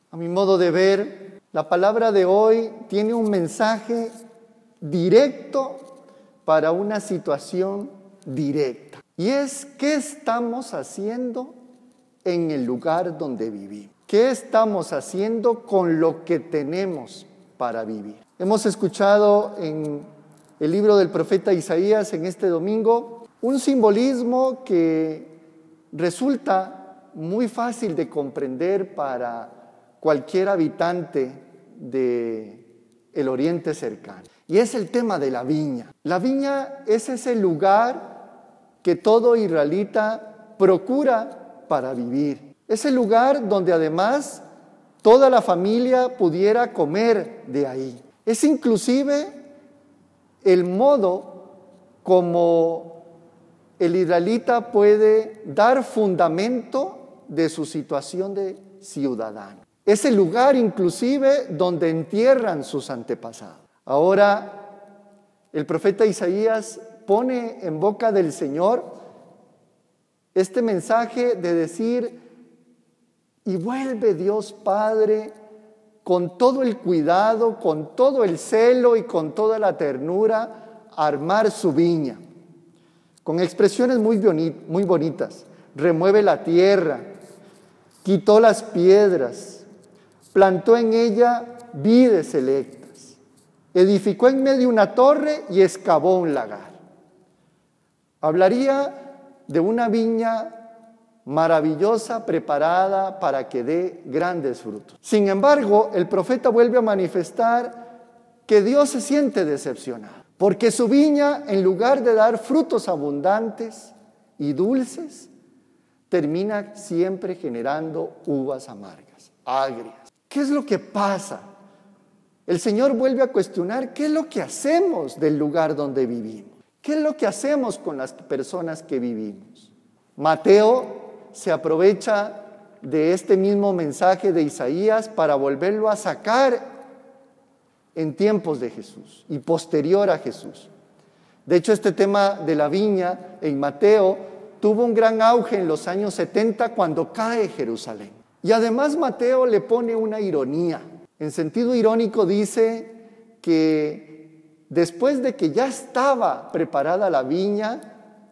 A mi modo de ver, la palabra de hoy tiene un mensaje directo para una situación directa. Y es, ¿qué estamos haciendo en el lugar donde vivimos? ¿Qué estamos haciendo con lo que tenemos para vivir? Hemos escuchado en el libro del profeta Isaías en este domingo un simbolismo que resulta muy fácil de comprender para cualquier habitante del Oriente cercano. Y es el tema de la viña. La viña es ese lugar que todo israelita procura para vivir. Es el lugar donde además toda la familia pudiera comer de ahí. Es inclusive el modo como el israelita puede dar fundamento de su situación de ciudadano. Es el lugar inclusive donde entierran sus antepasados. Ahora el profeta Isaías pone en boca del Señor este mensaje de decir: y vuelve Dios Padre con todo el cuidado, con todo el celo y con toda la ternura a armar su viña, con expresiones muy bonitas. Remueve la tierra, quitó las piedras, plantó en ella vides selectas, edificó en medio una torre y excavó un lagar. Hablaría de una viña maravillosa, preparada para que dé grandes frutos. Sin embargo, el profeta vuelve a manifestar que Dios se siente decepcionado, porque su viña, en lugar de dar frutos abundantes y dulces, termina siempre generando uvas amargas, agrias. ¿Qué es lo que pasa? El Señor vuelve a cuestionar qué es lo que hacemos del lugar donde vivimos. ¿Qué es lo que hacemos con las personas que vivimos? Mateo se aprovecha de este mismo mensaje de Isaías para volverlo a sacar en tiempos de Jesús y posterior a Jesús. De hecho, este tema de la viña en Mateo tuvo un gran auge en los años 70 cuando cae Jerusalén. Y además Mateo le pone una ironía. En sentido irónico dice que después de que ya estaba preparada la viña,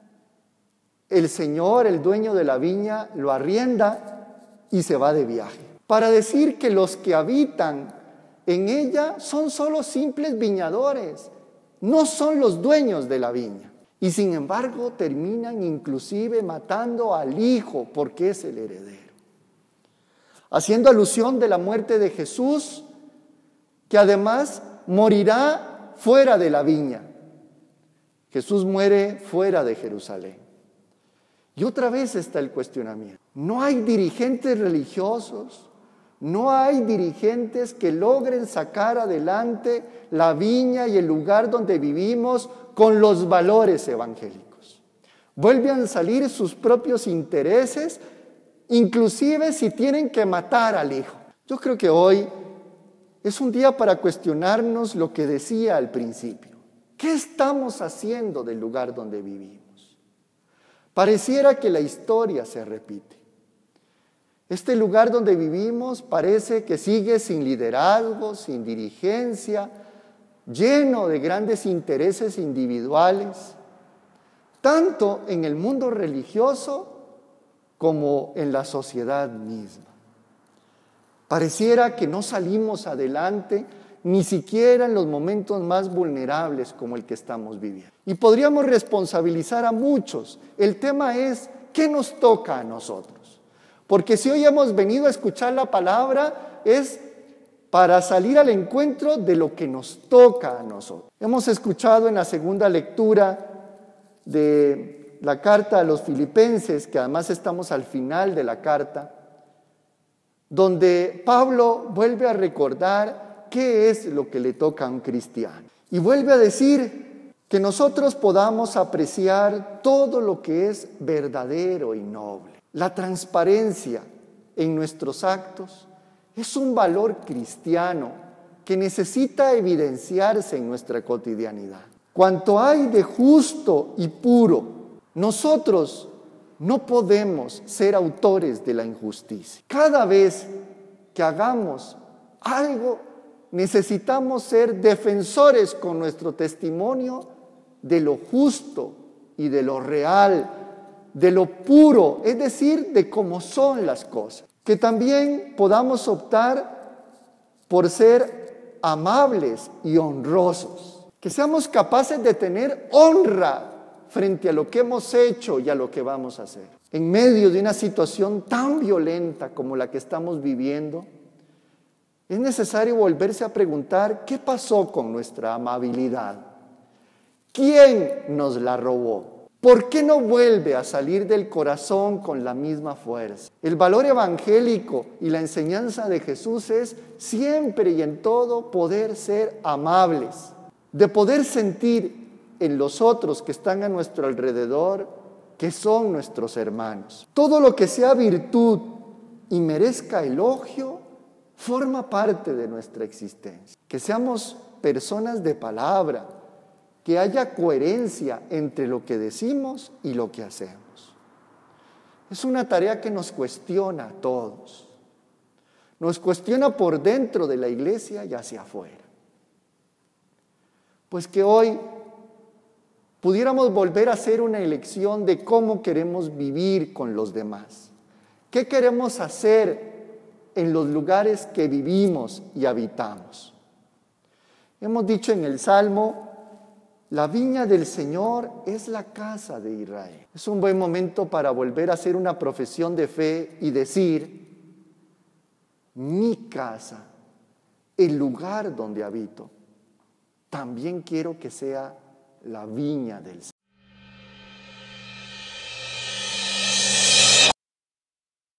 el Señor, el dueño de la viña, lo arrienda y se va de viaje, para decir que los que habitan en ella son solo simples viñadores, no son los dueños de la viña. Y sin embargo terminan inclusive matando al hijo porque es el heredero, haciendo alusión de la muerte de Jesús, que además morirá fuera de la viña. Jesús muere fuera de Jerusalén. Y otra vez está el cuestionamiento. No hay dirigentes religiosos, no hay dirigentes que logren sacar adelante la viña y el lugar donde vivimos con los valores evangélicos. Vuelven a salir sus propios intereses, inclusive si tienen que matar al hijo. Yo creo que hoy es un día para cuestionarnos lo que decía al principio. ¿Qué estamos haciendo del lugar donde vivimos? Pareciera que la historia se repite. Este lugar donde vivimos parece que sigue sin liderazgo, sin dirigencia, lleno de grandes intereses individuales, tanto en el mundo religioso como en la sociedad misma. Pareciera que no salimos adelante ni siquiera en los momentos más vulnerables como el que estamos viviendo. Y podríamos responsabilizar a muchos. El tema es, ¿qué nos toca a nosotros? Porque si hoy hemos venido a escuchar la palabra, es para salir al encuentro de lo que nos toca a nosotros. Hemos escuchado en la segunda lectura de la carta a los Filipenses, que además estamos al final de la carta, donde Pablo vuelve a recordar qué es lo que le toca a un cristiano. Y vuelve a decir que nosotros podamos apreciar todo lo que es verdadero y noble. La transparencia en nuestros actos es un valor cristiano que necesita evidenciarse en nuestra cotidianidad. Cuanto hay de justo y puro, nosotros no podemos ser autores de la injusticia. Cada vez que hagamos algo, necesitamos ser defensores con nuestro testimonio de lo justo y de lo real, de lo puro, es decir, de cómo son las cosas. Que también podamos optar por ser amables y honrosos. Que seamos capaces de tener honra frente a lo que hemos hecho y a lo que vamos a hacer. En medio de una situación tan violenta como la que estamos viviendo, es necesario volverse a preguntar qué pasó con nuestra amabilidad. ¿Quién nos la robó? ¿Por qué no vuelve a salir del corazón con la misma fuerza? El valor evangélico y la enseñanza de Jesús es siempre y en todo poder ser amables, de poder sentir en los otros que están a nuestro alrededor que son nuestros hermanos. Todo lo que sea virtud y merezca elogio forma parte de nuestra existencia. Que seamos personas de palabra, que haya coherencia entre lo que decimos y lo que hacemos. Es una tarea que nos cuestiona a todos. Nos cuestiona por dentro de la iglesia y hacia afuera. Pues que hoy pudiéramos volver a hacer una elección de cómo queremos vivir con los demás. ¿Qué queremos hacer en los lugares que vivimos y habitamos? Hemos dicho en el Salmo, la viña del Señor es la casa de Israel. Es un buen momento para volver a hacer una profesión de fe y decir, mi casa, el lugar donde habito, también quiero que sea la viña del Señor.